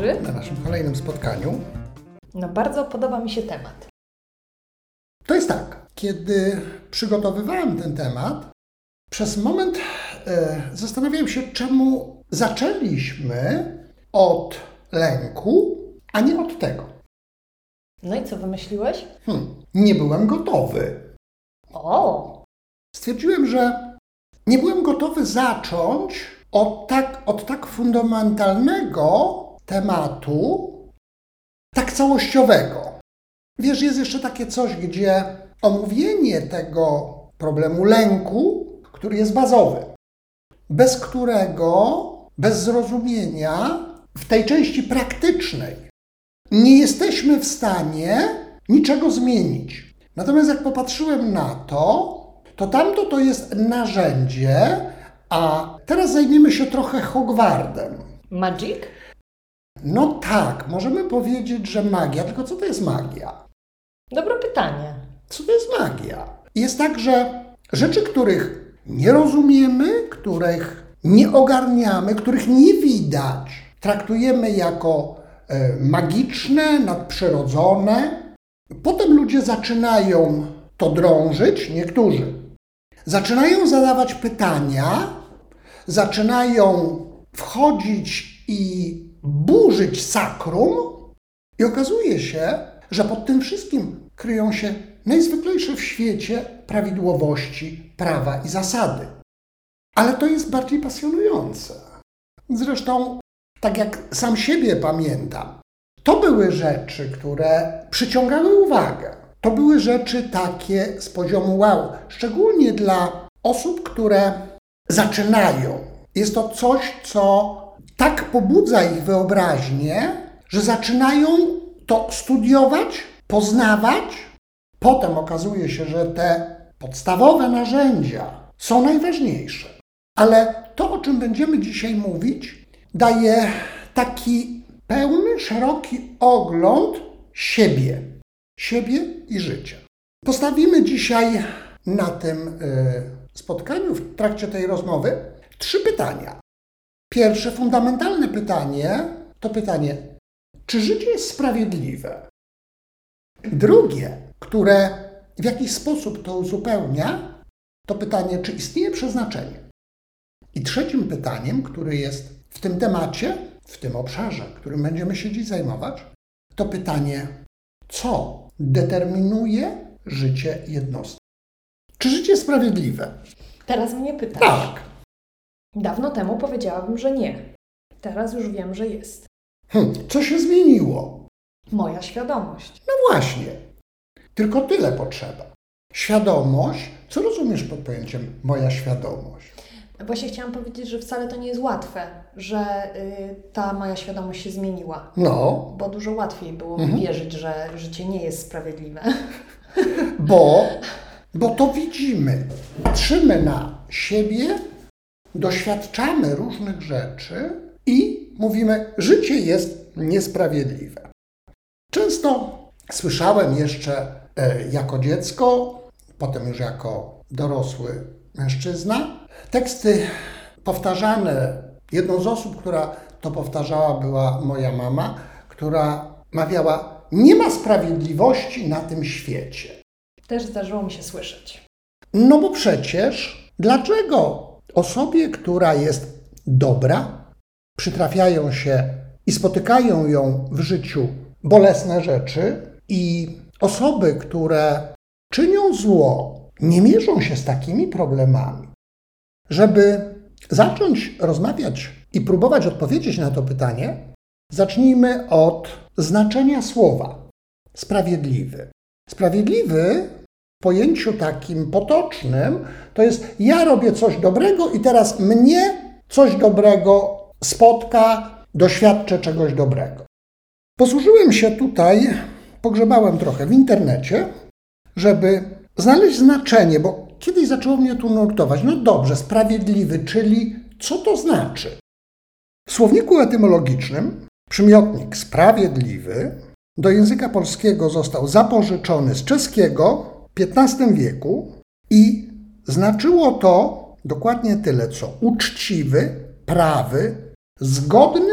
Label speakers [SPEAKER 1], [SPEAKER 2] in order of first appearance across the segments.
[SPEAKER 1] dobry.
[SPEAKER 2] Na naszym kolejnym spotkaniu.
[SPEAKER 1] No bardzo podoba mi się temat.
[SPEAKER 2] To jest tak, kiedy przygotowywałem ten temat, przez moment zastanawiałem się, czemu zaczęliśmy od lęku, a nie od tego.
[SPEAKER 1] No i co wymyśliłeś?
[SPEAKER 2] Nie byłem gotowy. Stwierdziłem, że nie byłem gotowy zacząć od tak fundamentalnego tematu, tak całościowego. Wiesz, jest jeszcze takie coś, gdzie omówienie tego problemu lęku, który jest bazowy, bez którego, bez zrozumienia w tej części praktycznej nie jesteśmy w stanie niczego zmienić. Natomiast jak popatrzyłem na to tamto to jest narzędzie, a teraz zajmiemy się trochę Hogwardem.
[SPEAKER 1] Magic?
[SPEAKER 2] No tak, możemy powiedzieć, że magia, tylko co to jest magia?
[SPEAKER 1] Dobre pytanie.
[SPEAKER 2] Co to jest magia? Jest tak, że rzeczy, których nie rozumiemy, których nie ogarniamy, których nie widać, traktujemy jako magiczne, nadprzyrodzone. Potem ludzie zaczynają to drążyć, niektórzy. Zaczynają zadawać pytania, zaczynają wchodzić i burzyć sakrum i okazuje się, że pod tym wszystkim kryją się najzwyklejsze w świecie prawidłowości, prawa i zasady. Ale to jest bardziej pasjonujące. Zresztą, tak jak sam siebie pamiętam, to były rzeczy, które przyciągały uwagę. To były rzeczy takie z poziomu wow, szczególnie dla osób, które zaczynają. Jest to coś, co tak pobudza ich wyobraźnię, że zaczynają to studiować, poznawać. Potem okazuje się, że te podstawowe narzędzia są najważniejsze. Ale to, o czym będziemy dzisiaj mówić, daje taki pełny, szeroki ogląd siebie i życia. Postawimy dzisiaj na tym spotkaniu, w trakcie tej rozmowy, 3 pytania. Pierwsze, fundamentalne pytanie to pytanie, czy życie jest sprawiedliwe? Drugie, które w jakiś sposób to uzupełnia, to pytanie, czy istnieje przeznaczenie? I trzecim pytaniem, które jest w tym temacie, w tym obszarze, którym będziemy się dziś zajmować, to pytanie, co determinuje życie jednostki? Czy życie jest sprawiedliwe?
[SPEAKER 1] Teraz mnie pytasz.
[SPEAKER 2] Tak.
[SPEAKER 1] Dawno temu powiedziałabym, że nie. Teraz już wiem, że jest.
[SPEAKER 2] Co się zmieniło?
[SPEAKER 1] Moja świadomość.
[SPEAKER 2] No właśnie. Tylko tyle potrzeba. Świadomość. Co rozumiesz pod pojęciem moja świadomość?
[SPEAKER 1] Właśnie chciałam powiedzieć, że wcale to nie jest łatwe, że ta moja świadomość się zmieniła.
[SPEAKER 2] No.
[SPEAKER 1] Bo dużo łatwiej było mi wierzyć, że życie nie jest sprawiedliwe.
[SPEAKER 2] Bo to widzimy. Patrzymy na siebie, doświadczamy różnych rzeczy i mówimy, życie jest niesprawiedliwe. Często słyszałem jeszcze jako dziecko, potem już jako dorosły mężczyzna, teksty powtarzane. Jedną z osób, która to powtarzała, była moja mama, która mawiała, nie ma sprawiedliwości na tym świecie.
[SPEAKER 1] Też zdarzyło mi się słyszeć.
[SPEAKER 2] No bo przecież dlaczego osobie, która jest dobra, przytrafiają się i spotykają ją w życiu bolesne rzeczy i osoby, które czynią zło, nie mierzą się z takimi problemami? Żeby zacząć rozmawiać i próbować odpowiedzieć na to pytanie, zacznijmy od znaczenia słowa sprawiedliwy. Sprawiedliwy w pojęciu takim potocznym to jest ja robię coś dobrego i teraz mnie coś dobrego spotka, doświadczę czegoś dobrego. Posłużyłem się tutaj, pogrzebałem trochę w internecie, żeby znaleźć znaczenie, bo kiedyś zaczęło mnie tu nurtować. No dobrze, sprawiedliwy, czyli co to znaczy? W słowniku etymologicznym przymiotnik sprawiedliwy do języka polskiego został zapożyczony z czeskiego w XV wieku i znaczyło to dokładnie tyle, co uczciwy, prawy, zgodny z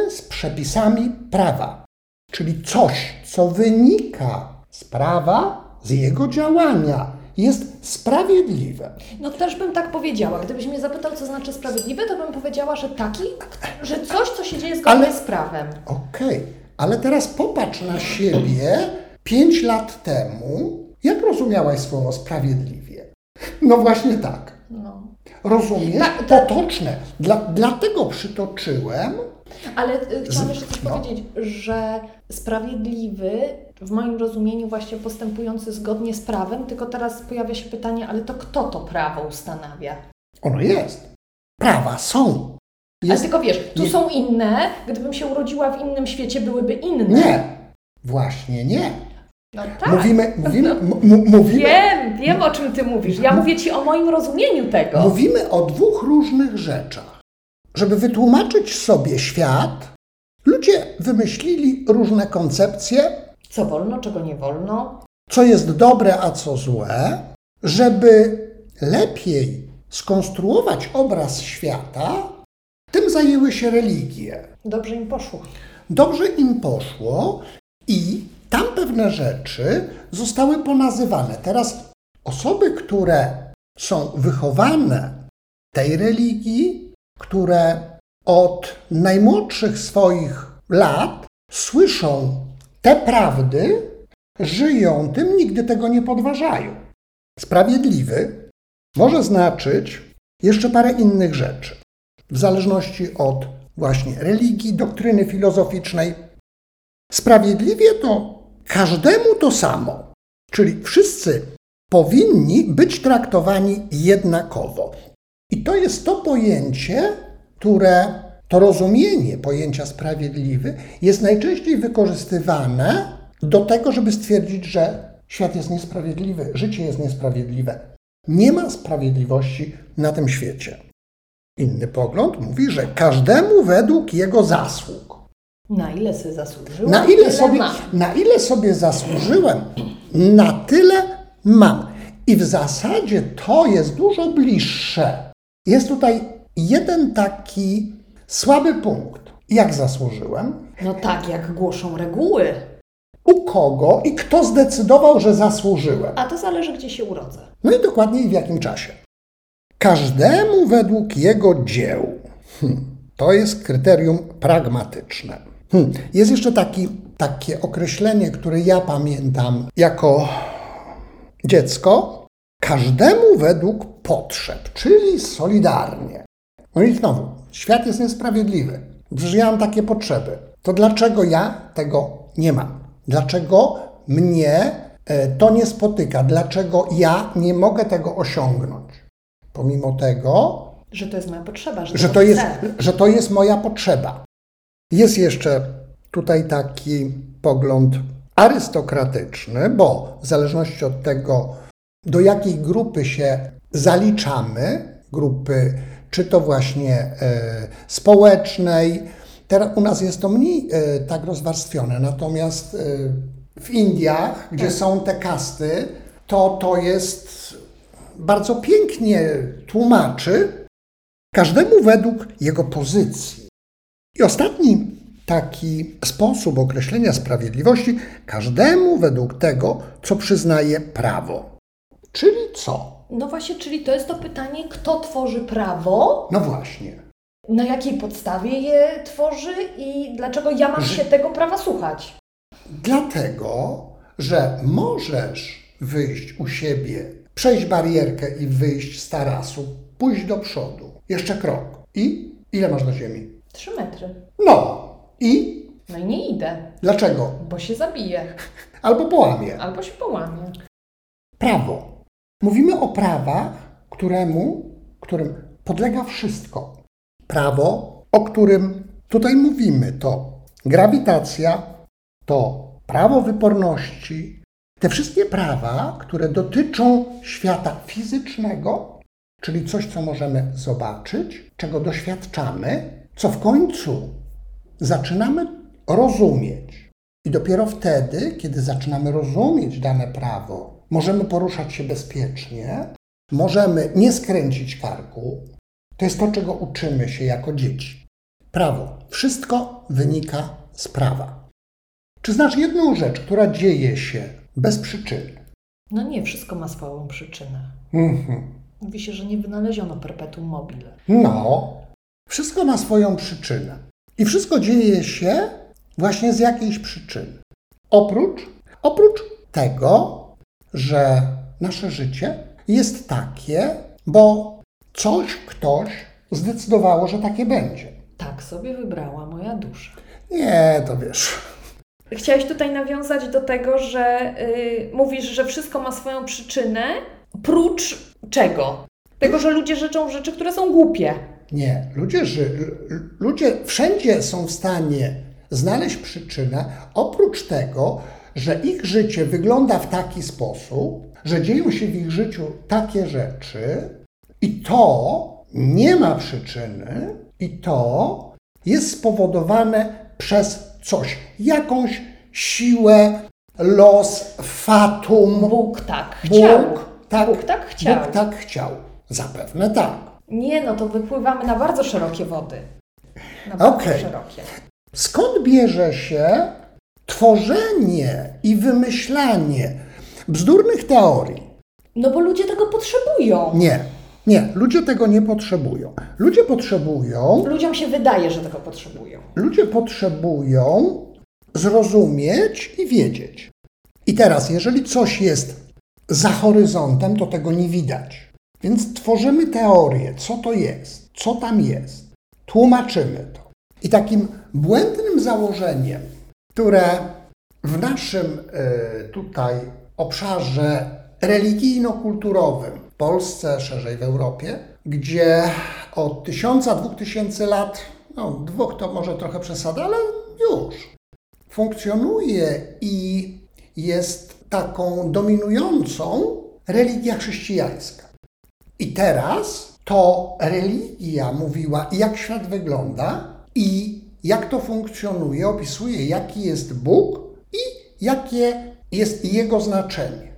[SPEAKER 2] przepisami prawa, czyli coś, co wynika z prawa, z jego działania, jest sprawiedliwe.
[SPEAKER 1] No też bym tak powiedziała. Gdybyś mnie zapytał, co znaczy sprawiedliwe, to bym powiedziała, że coś, co się dzieje zgodnie z prawem.
[SPEAKER 2] Okej, ale teraz popatrz na siebie 5 lat temu. Jak rozumiałaś słowo sprawiedliwie? No właśnie tak.
[SPEAKER 1] No.
[SPEAKER 2] Rozumiesz? Potoczne. Dlatego przytoczyłem.
[SPEAKER 1] Ale chciałam jeszcze coś powiedzieć, że sprawiedliwy w moim rozumieniu właśnie postępujący zgodnie z prawem, tylko teraz pojawia się pytanie, ale to kto to prawo ustanawia?
[SPEAKER 2] Ono jest. Prawa są.
[SPEAKER 1] Ale tylko wiesz, tu są inne, gdybym się urodziła w innym świecie, byłyby inne.
[SPEAKER 2] Nie. Właśnie nie.
[SPEAKER 1] No tak.
[SPEAKER 2] Mówimy.
[SPEAKER 1] Wiem o czym ty mówisz. Ja mówię ci o moim rozumieniu tego.
[SPEAKER 2] Mówimy o 2 różnych rzeczach. Żeby wytłumaczyć sobie świat, ludzie wymyślili różne koncepcje,
[SPEAKER 1] Co wolno, czego nie wolno.
[SPEAKER 2] co jest dobre, a co złe, żeby lepiej skonstruować obraz świata, tym zajęły się religie.
[SPEAKER 1] Dobrze im poszło.
[SPEAKER 2] Dobrze im poszło i tam pewne rzeczy zostały ponazywane. Teraz osoby, które są wychowane tej religii, które od najmłodszych swoich lat słyszą te prawdy, żyją tym, nigdy tego nie podważają. Sprawiedliwy może znaczyć jeszcze parę innych rzeczy, w zależności od właśnie religii, doktryny filozoficznej. Sprawiedliwie to każdemu to samo, czyli wszyscy powinni być traktowani jednakowo. I to jest to pojęcie, to rozumienie pojęcia sprawiedliwy jest najczęściej wykorzystywane do tego, żeby stwierdzić, że świat jest niesprawiedliwy, życie jest niesprawiedliwe. Nie ma sprawiedliwości na tym świecie. Inny pogląd mówi, że każdemu według jego zasług.
[SPEAKER 1] Na ile sobie zasłużyłem?
[SPEAKER 2] Na ile sobie zasłużyłem, na tyle mam. I w zasadzie to jest dużo bliższe. Jest tutaj jeden taki słaby punkt. Jak zasłużyłem?
[SPEAKER 1] No tak, jak głoszą reguły.
[SPEAKER 2] U kogo i kto zdecydował, że zasłużyłem?
[SPEAKER 1] A to zależy, gdzie się urodzę.
[SPEAKER 2] No i dokładnie w jakim czasie. Każdemu według jego dzieł. To jest kryterium pragmatyczne. Jest jeszcze takie określenie, które ja pamiętam jako dziecko. Każdemu według potrzeb, czyli solidarnie. No i znowu, świat jest niesprawiedliwy. Przecież ja mam takie potrzeby. To dlaczego ja tego nie mam? Dlaczego mnie to nie spotyka? Dlaczego ja nie mogę tego osiągnąć? Pomimo tego,
[SPEAKER 1] że to jest moja potrzeba,
[SPEAKER 2] że to jest moja potrzeba. Jest jeszcze tutaj taki pogląd arystokratyczny, bo w zależności od tego, do jakiej grupy się zaliczamy, grupy czy to właśnie społecznej, teraz u nas jest to mniej tak rozwarstwione, natomiast w Indiach, gdzie są te kasty, to jest bardzo pięknie tłumaczy, każdemu według jego pozycji. I ostatni taki sposób określenia sprawiedliwości, każdemu według tego, co przyznaje prawo. Czyli co?
[SPEAKER 1] No właśnie, czyli to jest to pytanie, kto tworzy prawo?
[SPEAKER 2] No właśnie.
[SPEAKER 1] Na jakiej podstawie je tworzy i dlaczego ja mam się tego prawa słuchać?
[SPEAKER 2] Dlatego, że możesz wyjść u siebie, przejść barierkę i wyjść z tarasu, pójść do przodu, jeszcze krok. I ile masz do ziemi?
[SPEAKER 1] 3 metry.
[SPEAKER 2] No i?
[SPEAKER 1] No i nie idę.
[SPEAKER 2] Dlaczego?
[SPEAKER 1] Bo się zabiję.
[SPEAKER 2] Albo połamie.
[SPEAKER 1] Albo się połamie.
[SPEAKER 2] Prawo. Mówimy o prawach, którym podlega wszystko. Prawo, o którym tutaj mówimy, to grawitacja, to prawo wyporności. Te wszystkie prawa, które dotyczą świata fizycznego, czyli coś, co możemy zobaczyć, czego doświadczamy, co w końcu zaczynamy rozumieć. I dopiero wtedy, kiedy zaczynamy rozumieć dane prawo, możemy poruszać się bezpiecznie, możemy nie skręcić karku. To jest to, czego uczymy się jako dzieci. Prawo. Wszystko wynika z prawa. Czy znasz jedną rzecz, która dzieje się bez przyczyny?
[SPEAKER 1] No nie, wszystko ma swoją przyczynę.
[SPEAKER 2] Mhm.
[SPEAKER 1] Mówi się, że nie wynaleziono perpetuum mobile.
[SPEAKER 2] No, wszystko ma swoją przyczynę. I wszystko dzieje się właśnie z jakiejś przyczyny. Oprócz tego, że nasze życie jest takie, bo ktoś zdecydowało, że takie będzie.
[SPEAKER 1] Tak sobie wybrała moja dusza.
[SPEAKER 2] Nie, to wiesz.
[SPEAKER 1] Chciałeś tutaj nawiązać do tego, że mówisz, że wszystko ma swoją przyczynę, prócz czego? Tego, że ludzie życzą rzeczy, które są głupie.
[SPEAKER 2] Nie, ludzie wszędzie są w stanie znaleźć przyczynę, oprócz tego, że ich życie wygląda w taki sposób, że dzieją się w ich życiu takie rzeczy i to nie ma przyczyny i to jest spowodowane przez coś, jakąś siłę, los, fatum.
[SPEAKER 1] Bóg tak chciał.
[SPEAKER 2] Bóg tak
[SPEAKER 1] chciał.
[SPEAKER 2] Bóg tak chciał. Zapewne tak.
[SPEAKER 1] Nie, no to wypływamy na bardzo szerokie wody. Na bardzo
[SPEAKER 2] Okej.
[SPEAKER 1] szerokie.
[SPEAKER 2] Skąd bierze się tworzenie i wymyślanie bzdurnych teorii?
[SPEAKER 1] No bo ludzie tego potrzebują.
[SPEAKER 2] Nie, ludzie tego nie potrzebują.
[SPEAKER 1] Ludziom się wydaje, że tego potrzebują.
[SPEAKER 2] Ludzie potrzebują zrozumieć i wiedzieć. I teraz, jeżeli coś jest za horyzontem, to tego nie widać. Więc tworzymy teorię, co to jest, co tam jest. Tłumaczymy to. I takim błędnym założeniem, które w naszym tutaj obszarze religijno-kulturowym, w Polsce, szerzej w Europie, gdzie od 1000-2000 lat, no 2 to może trochę przesada, ale już funkcjonuje i jest taką dominującą religia chrześcijańska. I teraz to religia mówiła, jak świat wygląda i jak to funkcjonuje, opisuje, jaki jest Bóg i jakie jest jego znaczenie.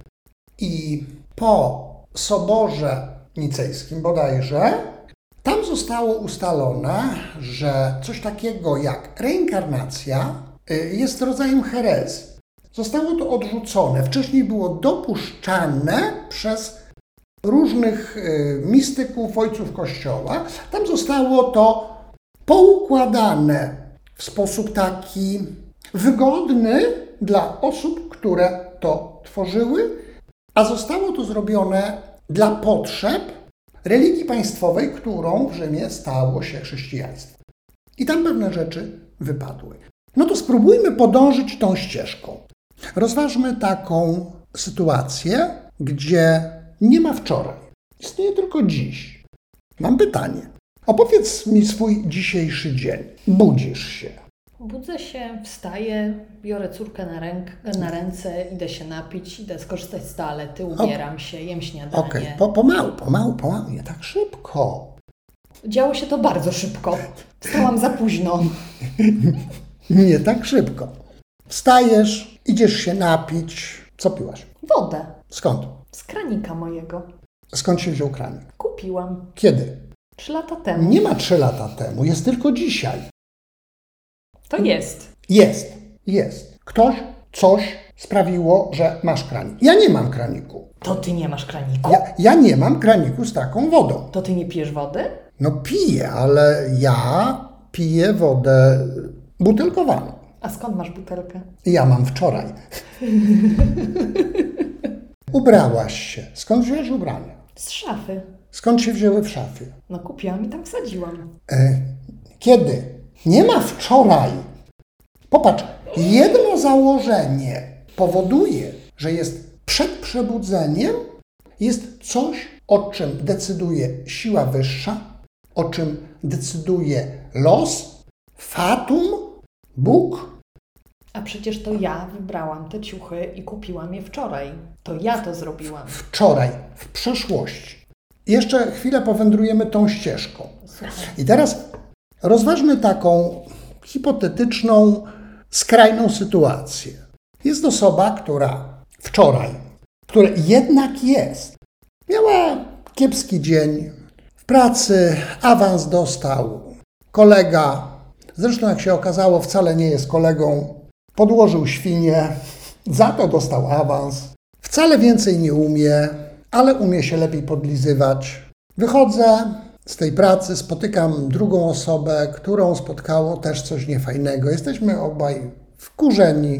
[SPEAKER 2] I po Soborze Nicejskim bodajże, tam zostało ustalone, że coś takiego jak reinkarnacja jest rodzajem herezji. Zostało to odrzucone. Wcześniej było dopuszczane przez różnych mistyków, ojców Kościoła. Tam zostało to poukładane w sposób taki wygodny dla osób, które to tworzyły, a zostało to zrobione dla potrzeb religii państwowej, którą w Rzymie stało się chrześcijaństwo. I tam pewne rzeczy wypadły. No to spróbujmy podążyć tą ścieżką. Rozważmy taką sytuację, gdzie nie ma wczoraj. Istnieje tylko dziś. Mam pytanie. Opowiedz mi swój dzisiejszy dzień. Budzisz się.
[SPEAKER 1] Budzę się, wstaję, biorę córkę na ręce, idę się napić, idę skorzystać z toalety, ubieram się, jem śniadanie.
[SPEAKER 2] Okej, pomału, nie tak szybko.
[SPEAKER 1] Działo się to bardzo szybko. Wstałam za późno.
[SPEAKER 2] Nie tak szybko. Wstajesz, idziesz się napić. Co piłaś?
[SPEAKER 1] Wodę.
[SPEAKER 2] Skąd?
[SPEAKER 1] Z kranika mojego.
[SPEAKER 2] Skąd się wziął kranik?
[SPEAKER 1] Kupiłam.
[SPEAKER 2] Kiedy?
[SPEAKER 1] 3 lata temu.
[SPEAKER 2] Nie ma 3 lata temu, jest tylko dzisiaj.
[SPEAKER 1] To jest.
[SPEAKER 2] Jest. Coś sprawiło, że masz kranik. Ja nie mam kraniku.
[SPEAKER 1] To ty nie masz kraniku?
[SPEAKER 2] Ja nie mam kraniku z taką wodą.
[SPEAKER 1] To ty nie pijesz wody?
[SPEAKER 2] No piję, ale ja piję wodę butelkowaną.
[SPEAKER 1] A skąd masz butelkę?
[SPEAKER 2] Ja mam wczoraj. Ubrałaś się. Skąd wziąłeś ubrania?
[SPEAKER 1] Z szafy.
[SPEAKER 2] Skąd się wzięły w szafie?
[SPEAKER 1] No kupiłam i tam wsadziłam.
[SPEAKER 2] Kiedy? Nie ma wczoraj. Popatrz, jedno założenie powoduje, że jest przed przebudzeniem, jest coś, o czym decyduje siła wyższa, o czym decyduje los, fatum, Bóg.
[SPEAKER 1] A przecież to ja wybrałam te ciuchy i kupiłam je wczoraj. To ja to zrobiłam.
[SPEAKER 2] Wczoraj, w przeszłości. Jeszcze chwilę powędrujemy tą ścieżką.
[SPEAKER 1] Słuchaj.
[SPEAKER 2] I teraz rozważmy taką hipotetyczną, skrajną sytuację. Jest osoba, która jednak jest, miała kiepski dzień, w pracy awans dostał, kolega Zresztą, jak się okazało, wcale nie jest kolegą. Podłożył świnie, za to dostał awans. Wcale więcej nie umie, ale umie się lepiej podlizywać. Wychodzę z tej pracy, spotykam drugą osobę, którą spotkało też coś niefajnego. Jesteśmy obaj wkurzeni,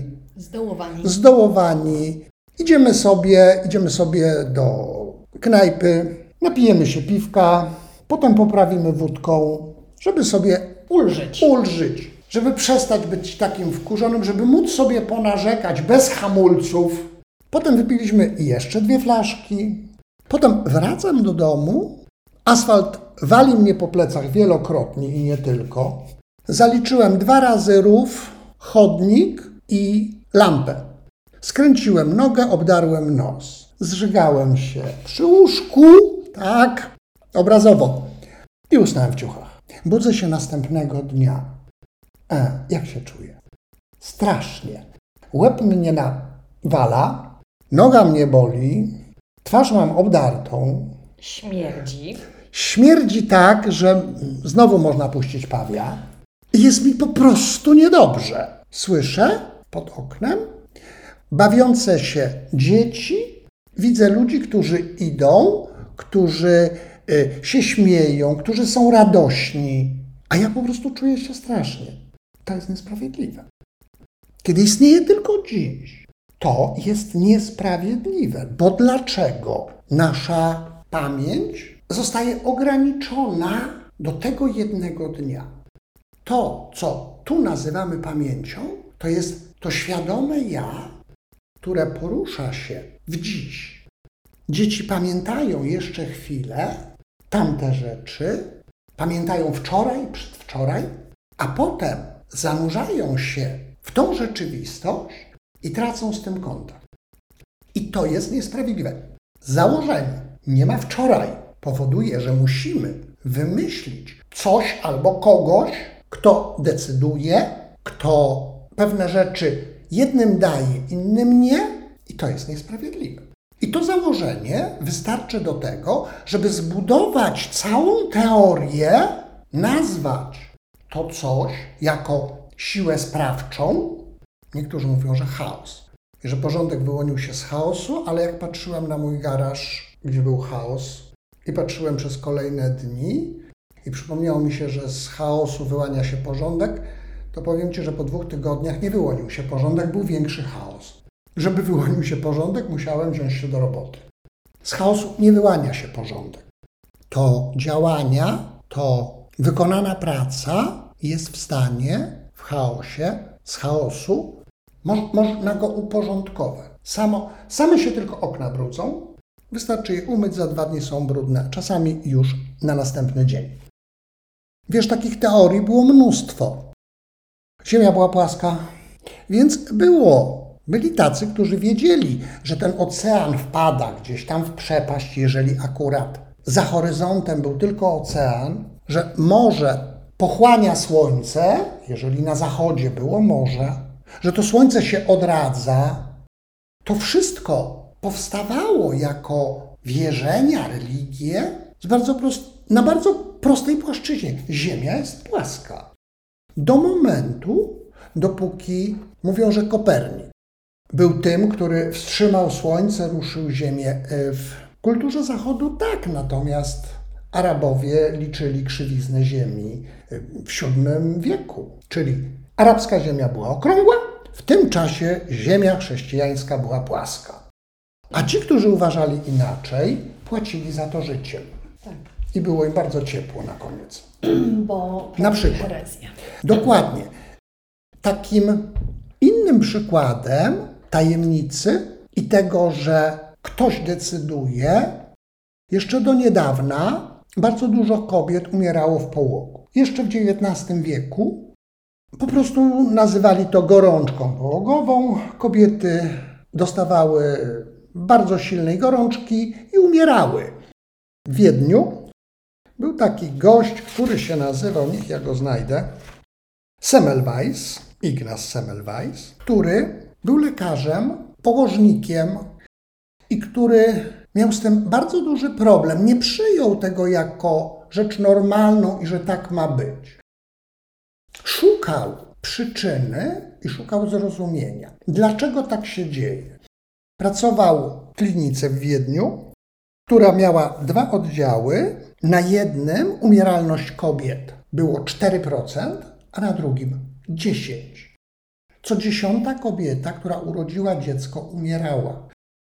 [SPEAKER 2] zdołowani. Idziemy sobie do knajpy, napijemy się piwka, potem poprawimy wódką, żeby sobie ulżyć, żeby przestać być takim wkurzonym, żeby móc sobie ponarzekać bez hamulców. Potem wypiliśmy jeszcze 2 flaszki. Potem wracam do domu. Asfalt wali mnie po plecach wielokrotnie i nie tylko. Zaliczyłem 2 razy rów, chodnik i lampę. Skręciłem nogę, obdarłem nos. Zżygałem się przy łóżku, tak, obrazowo. I usnąłem w ciuchach. Budzę się następnego dnia. Jak się czuję? Strasznie. Łeb mnie nawala, noga mnie boli, twarz mam obdartą. Śmierdzi tak, że znowu można puścić pawia. Jest mi po prostu niedobrze. Słyszę pod oknem bawiące się dzieci, widzę ludzi, którzy idą, którzy się śmieją, którzy są radośni, a ja po prostu czuję się strasznie. To jest niesprawiedliwe. Kiedy istnieje tylko dziś, to jest niesprawiedliwe. Bo dlaczego nasza pamięć zostaje ograniczona do tego jednego dnia? To, co tu nazywamy pamięcią, to jest to świadome ja, które porusza się w dziś. Dzieci pamiętają jeszcze chwilę tamte rzeczy, pamiętają wczoraj, przedwczoraj, a potem zanurzają się w tą rzeczywistość i tracą z tym kontakt. I to jest niesprawiedliwe. Założenie nie ma wczoraj powoduje, że musimy wymyślić coś albo kogoś, kto decyduje, kto pewne rzeczy jednym daje, innym nie, i to jest niesprawiedliwe. I to założenie wystarczy do tego, żeby zbudować całą teorię, nazwać to coś jako siłę sprawczą. Niektórzy mówią, że chaos. I że porządek wyłonił się z chaosu, ale jak patrzyłem na mój garaż, gdzie był chaos, i patrzyłem przez kolejne dni i przypomniało mi się, że z chaosu wyłania się porządek, to powiem Ci, że po 2 tygodniach nie wyłonił się porządek, był większy chaos. Żeby wyłonił się porządek, musiałem wziąć się do roboty. Z chaosu nie wyłania się porządek. To działania, to wykonana praca jest w stanie w chaosie, z chaosu, można go uporządkować. Same się tylko okna brudzą, wystarczy je umyć, za 2 dni są brudne, czasami już na następny dzień. Wiesz, takich teorii było mnóstwo. Ziemia była płaska, więc byli tacy, którzy wiedzieli, że ten ocean wpada gdzieś tam w przepaść, jeżeli akurat za horyzontem był tylko ocean, że morze pochłania słońce, jeżeli na zachodzie było morze, że to słońce się odradza. To wszystko powstawało jako wierzenia, religie na bardzo prostej płaszczyźnie. Ziemia jest płaska. Do momentu, dopóki mówią, że Kopernik był tym, który wstrzymał słońce, ruszył Ziemię. W kulturze Zachodu tak, natomiast Arabowie liczyli krzywiznę Ziemi w VII wieku. Czyli arabska ziemia była okrągła, w tym czasie ziemia chrześcijańska była płaska. A ci, którzy uważali inaczej, płacili za to życiem.
[SPEAKER 1] Tak.
[SPEAKER 2] I było im bardzo ciepło na koniec.
[SPEAKER 1] Bo
[SPEAKER 2] na przykład.
[SPEAKER 1] herezja.
[SPEAKER 2] Dokładnie. Takim innym przykładem tajemnicy i tego, że ktoś decyduje, jeszcze do niedawna bardzo dużo kobiet umierało w połogu. Jeszcze w XIX wieku po prostu nazywali to gorączką połogową. Kobiety dostawały bardzo silnej gorączki i umierały. W Wiedniu był taki gość, który się nazywał, niech ja go znajdę, Semmelweis, Ignaz Semmelweis, który był lekarzem, położnikiem i który miał z tym bardzo duży problem. Nie przyjął tego jako rzecz normalną i że tak ma być. Szło szukał przyczyny i szukał zrozumienia. Dlaczego tak się dzieje? Pracował w klinice w Wiedniu, która miała 2 oddziały. Na jednym umieralność kobiet było 4%, a na drugim 10%. Co 10. kobieta, która urodziła dziecko, umierała.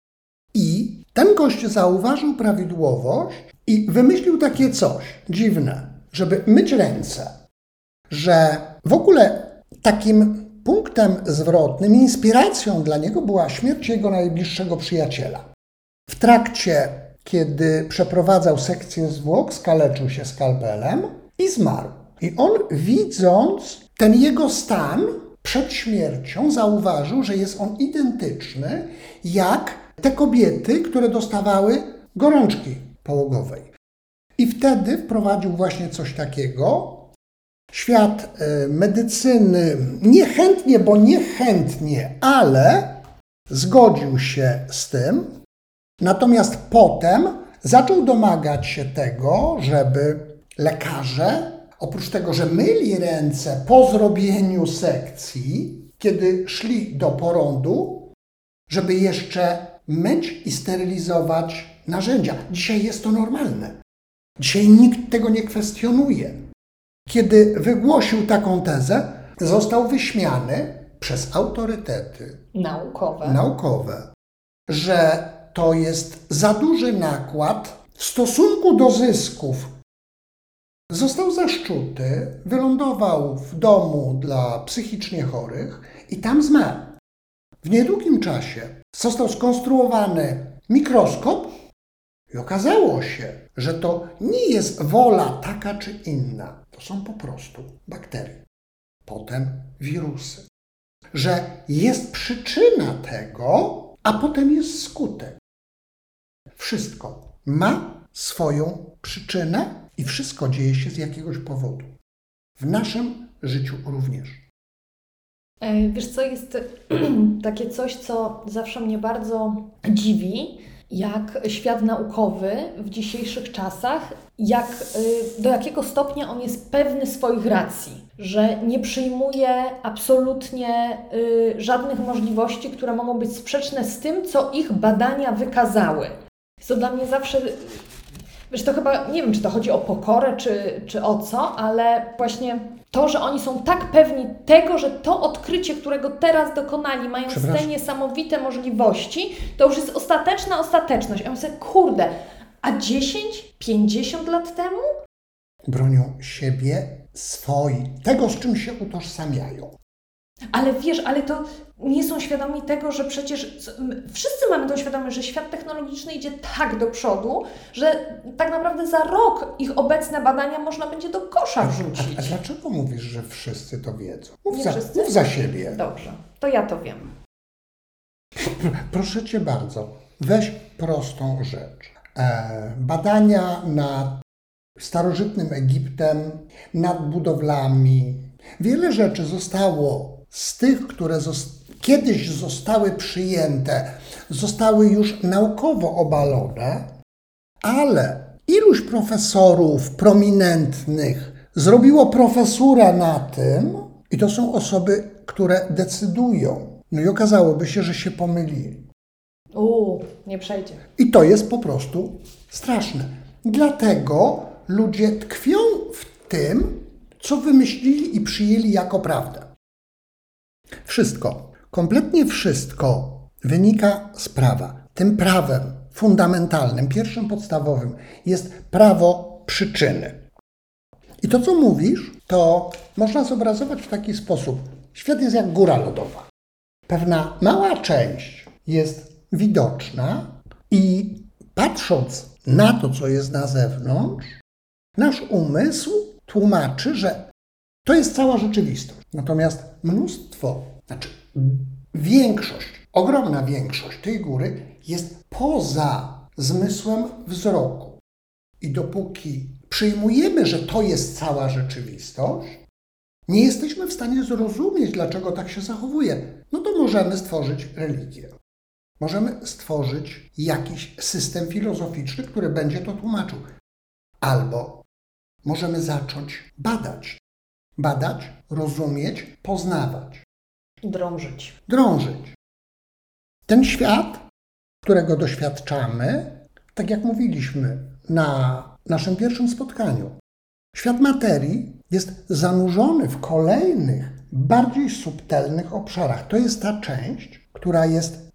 [SPEAKER 2] I ten gość zauważył prawidłowość i wymyślił takie coś dziwne, żeby myć ręce, że w ogóle takim punktem zwrotnym, inspiracją dla niego była śmierć jego najbliższego przyjaciela. W trakcie, kiedy przeprowadzał sekcję zwłok, skaleczył się skalpelem i zmarł. I on, widząc ten jego stan przed śmiercią, zauważył, że jest on identyczny jak te kobiety, które dostawały gorączki połogowej. I wtedy wprowadził właśnie coś takiego. Świat medycyny niechętnie, bo niechętnie, ale zgodził się z tym. Natomiast potem zaczął domagać się tego, żeby lekarze, oprócz tego, że myli ręce po zrobieniu sekcji, kiedy szli do porodu, żeby jeszcze myć i sterylizować narzędzia. Dzisiaj jest to normalne. Dzisiaj nikt tego nie kwestionuje. Kiedy wygłosił taką tezę, został wyśmiany przez autorytety naukowe, że to jest za duży nakład w stosunku do zysków. Został zaszczuty, wylądował w domu dla psychicznie chorych i tam zmarł. W niedługim czasie został skonstruowany mikroskop i okazało się, że to nie jest wola taka czy inna. To są po prostu bakterie. Potem wirusy. Że jest przyczyna tego, a potem jest skutek. Wszystko ma swoją przyczynę i wszystko dzieje się z jakiegoś powodu. W naszym życiu również.
[SPEAKER 1] Wiesz co, jest takie coś, co zawsze mnie bardzo dziwi, jak świat naukowy w dzisiejszych czasach, do jakiego stopnia on jest pewny swoich racji, że nie przyjmuje absolutnie żadnych możliwości, które mogą być sprzeczne z tym, co ich badania wykazały. Jest to dla mnie zawsze, wiesz, to chyba, nie wiem, czy to chodzi o pokorę, czy o co, ale właśnie to, że oni są tak pewni tego, że to odkrycie, którego teraz dokonali, mając te niesamowite możliwości, to już jest ostateczna ostateczność. Ja myślę, kurde, a 10, 50 lat temu?
[SPEAKER 2] Bronią siebie, tego, z czym się utożsamiają.
[SPEAKER 1] Ale wiesz, ale to nie są świadomi tego, że przecież wszyscy mamy tą świadomość, że świat technologiczny idzie tak do przodu, że tak naprawdę za rok ich obecne badania można będzie do kosza wrzucić.
[SPEAKER 2] A dlaczego mówisz, że wszyscy to wiedzą? Mów
[SPEAKER 1] za
[SPEAKER 2] siebie.
[SPEAKER 1] Dobrze, to ja to wiem.
[SPEAKER 2] Proszę Cię bardzo, weź prostą rzecz. Badania nad starożytnym Egiptem, nad budowlami. Wiele rzeczy zostało z tych, które kiedyś zostały przyjęte, zostały już naukowo obalone, ale iluś profesorów prominentnych zrobiło profesurę na tym i to są osoby, które decydują. No i okazałoby się, że się pomylili.
[SPEAKER 1] Nie przejdzie.
[SPEAKER 2] I to jest po prostu straszne. Dlatego ludzie tkwią w tym, co wymyślili i przyjęli jako prawdę. Wszystko, kompletnie wszystko wynika z prawa. Tym prawem fundamentalnym, pierwszym podstawowym jest prawo przyczyny. I to, co mówisz, to można zobrazować w taki sposób. Świat jest jak góra lodowa. Pewna mała część jest widoczna i patrząc na to, co jest na zewnątrz, nasz umysł tłumaczy, że to jest cała rzeczywistość. Natomiast większość, ogromna większość tej góry jest poza zmysłem wzroku. I dopóki przyjmujemy, że to jest cała rzeczywistość, nie jesteśmy w stanie zrozumieć, dlaczego tak się zachowuje. No to możemy stworzyć religię. Możemy stworzyć jakiś system filozoficzny, który będzie to tłumaczył. Albo możemy zacząć badać. badać, rozumieć, poznawać, drążyć. Ten świat, którego doświadczamy, tak jak mówiliśmy na naszym pierwszym spotkaniu, świat materii jest zanurzony w kolejnych, bardziej subtelnych obszarach. To jest ta część, która jest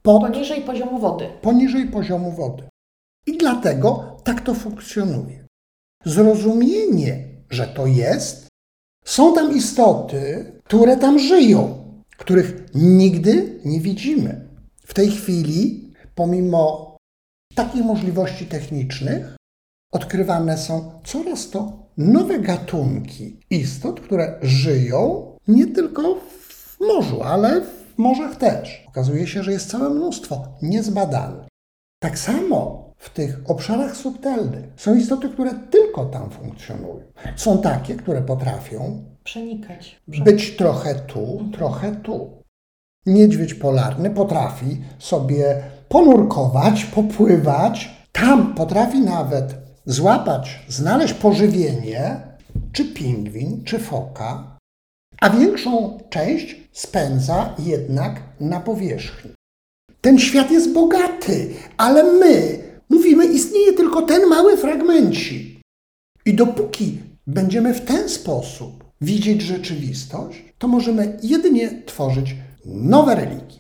[SPEAKER 2] poniżej poziomu wody. I dlatego tak to funkcjonuje. Zrozumienie, że to jest, są tam istoty, które tam żyją, których nigdy nie widzimy. W tej chwili, pomimo takich możliwości technicznych, odkrywane są coraz to nowe gatunki istot, które żyją nie tylko w morzu, ale w morzach też. Okazuje się, że jest całe mnóstwo niezbadanych. Tak samo w tych obszarach subtelnych są istoty, które tylko tam funkcjonują. Są takie, które potrafią
[SPEAKER 1] przenikać.
[SPEAKER 2] Być trochę tu, trochę tu. Niedźwiedź polarny potrafi sobie ponurkować, popływać. Tam potrafi nawet znaleźć pożywienie, czy pingwin, czy foka, a większą część spędza jednak na powierzchni. Ten świat jest bogaty, ale my mówimy, istnieje tylko ten mały fragmencik. I dopóki będziemy w ten sposób widzieć rzeczywistość, to możemy jedynie tworzyć nowe religie.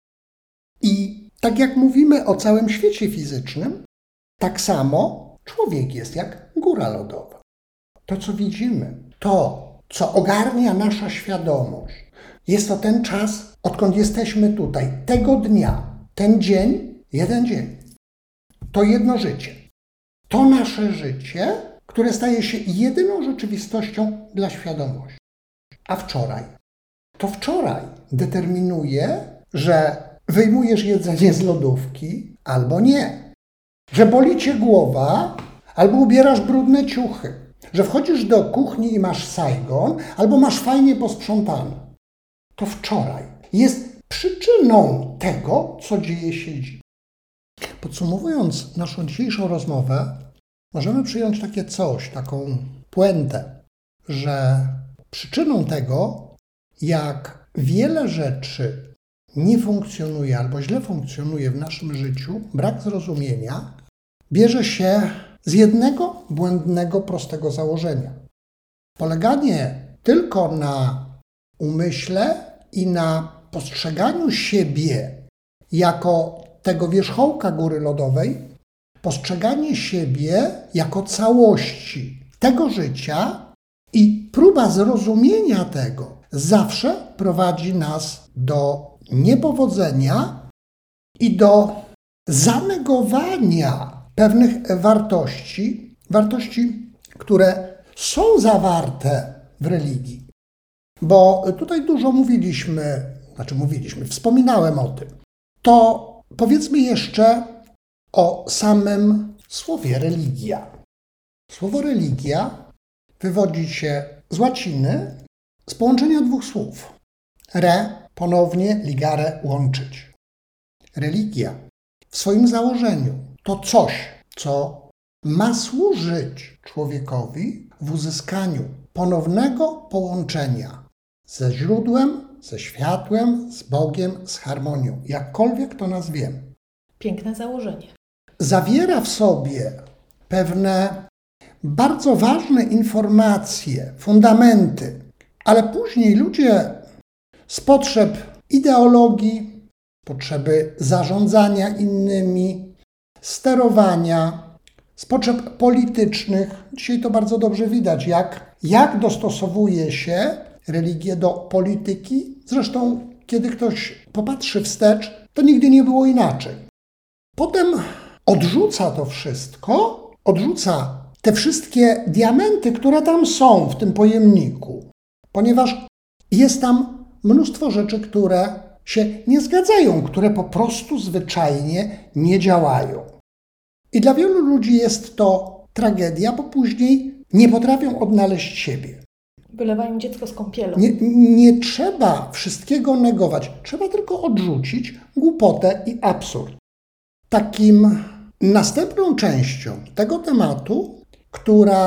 [SPEAKER 2] I tak jak mówimy o całym świecie fizycznym, tak samo człowiek jest jak góra lodowa. To, co widzimy, to, co ogarnia nasza świadomość, jest to ten czas, odkąd jesteśmy tutaj, tego dnia, ten dzień, jeden dzień. To jedno życie. To nasze życie, które staje się jedyną rzeczywistością dla świadomości. A wczoraj? To wczoraj determinuje, że wyjmujesz jedzenie z lodówki albo nie. Że boli cię głowa albo ubierasz brudne ciuchy. Że wchodzisz do kuchni i masz Saigon albo masz fajnie posprzątane. To wczoraj jest przyczyną tego, co dzieje się dziś. Podsumowując naszą dzisiejszą rozmowę, możemy przyjąć takie coś, taką puentę, że przyczyną tego, jak wiele rzeczy nie funkcjonuje albo źle funkcjonuje w naszym życiu, brak zrozumienia, bierze się z jednego błędnego, prostego założenia. Poleganie tylko na umyśle i na postrzeganiu siebie jako tego wierzchołka góry lodowej, postrzeganie siebie jako całości tego życia i próba zrozumienia tego zawsze prowadzi nas do niepowodzenia i do zanegowania pewnych wartości, które są zawarte w religii. Bo tutaj dużo wspominałem o tym. To powiedzmy jeszcze o samym słowie religia. Słowo religia wywodzi się z łaciny, z połączenia dwóch słów. Re, ponownie, ligare, łączyć. Religia w swoim założeniu to coś, co ma służyć człowiekowi w uzyskaniu ponownego połączenia ze źródłem, ze światłem, z Bogiem, z harmonią. Jakkolwiek to nazwiemy.
[SPEAKER 1] Piękne założenie.
[SPEAKER 2] Zawiera w sobie pewne bardzo ważne informacje, fundamenty, ale później ludzie z potrzeb ideologii, potrzeby zarządzania innymi, sterowania, z potrzeb politycznych, dzisiaj to bardzo dobrze widać, jak dostosowuje się religię do polityki. Zresztą, kiedy ktoś popatrzy wstecz, to nigdy nie było inaczej. Potem odrzuca to wszystko, odrzuca te wszystkie diamenty, które tam są w tym pojemniku, ponieważ jest tam mnóstwo rzeczy, które się nie zgadzają, które po prostu zwyczajnie nie działają. I dla wielu ludzi jest to tragedia, bo później nie potrafią odnaleźć siebie.
[SPEAKER 1] Wylewają dziecko z kąpielą.
[SPEAKER 2] Nie trzeba wszystkiego negować, trzeba tylko odrzucić głupotę i absurd. Takim następną częścią tego tematu, która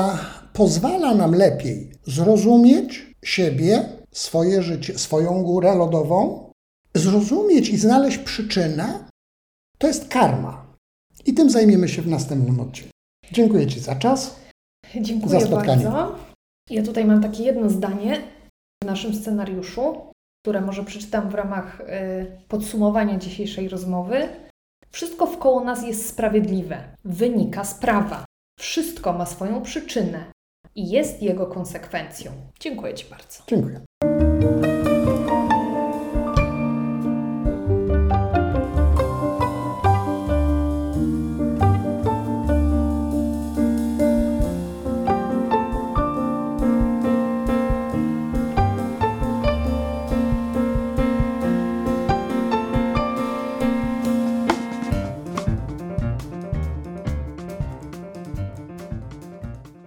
[SPEAKER 2] pozwala nam lepiej zrozumieć siebie, swoje życie, swoją górę lodową, zrozumieć i znaleźć przyczynę, to jest karma. I tym zajmiemy się w następnym odcinku. Dziękuję Ci za czas.
[SPEAKER 1] Dziękuję
[SPEAKER 2] za spotkanie.
[SPEAKER 1] bardzo. Ja tutaj mam takie jedno zdanie w naszym scenariuszu, które może przeczytam w ramach podsumowania dzisiejszej rozmowy. Wszystko wkoło nas jest sprawiedliwe. Wynika z prawa. Wszystko ma swoją przyczynę i jest jego konsekwencją. Dziękuję Ci bardzo.
[SPEAKER 2] Dziękuję.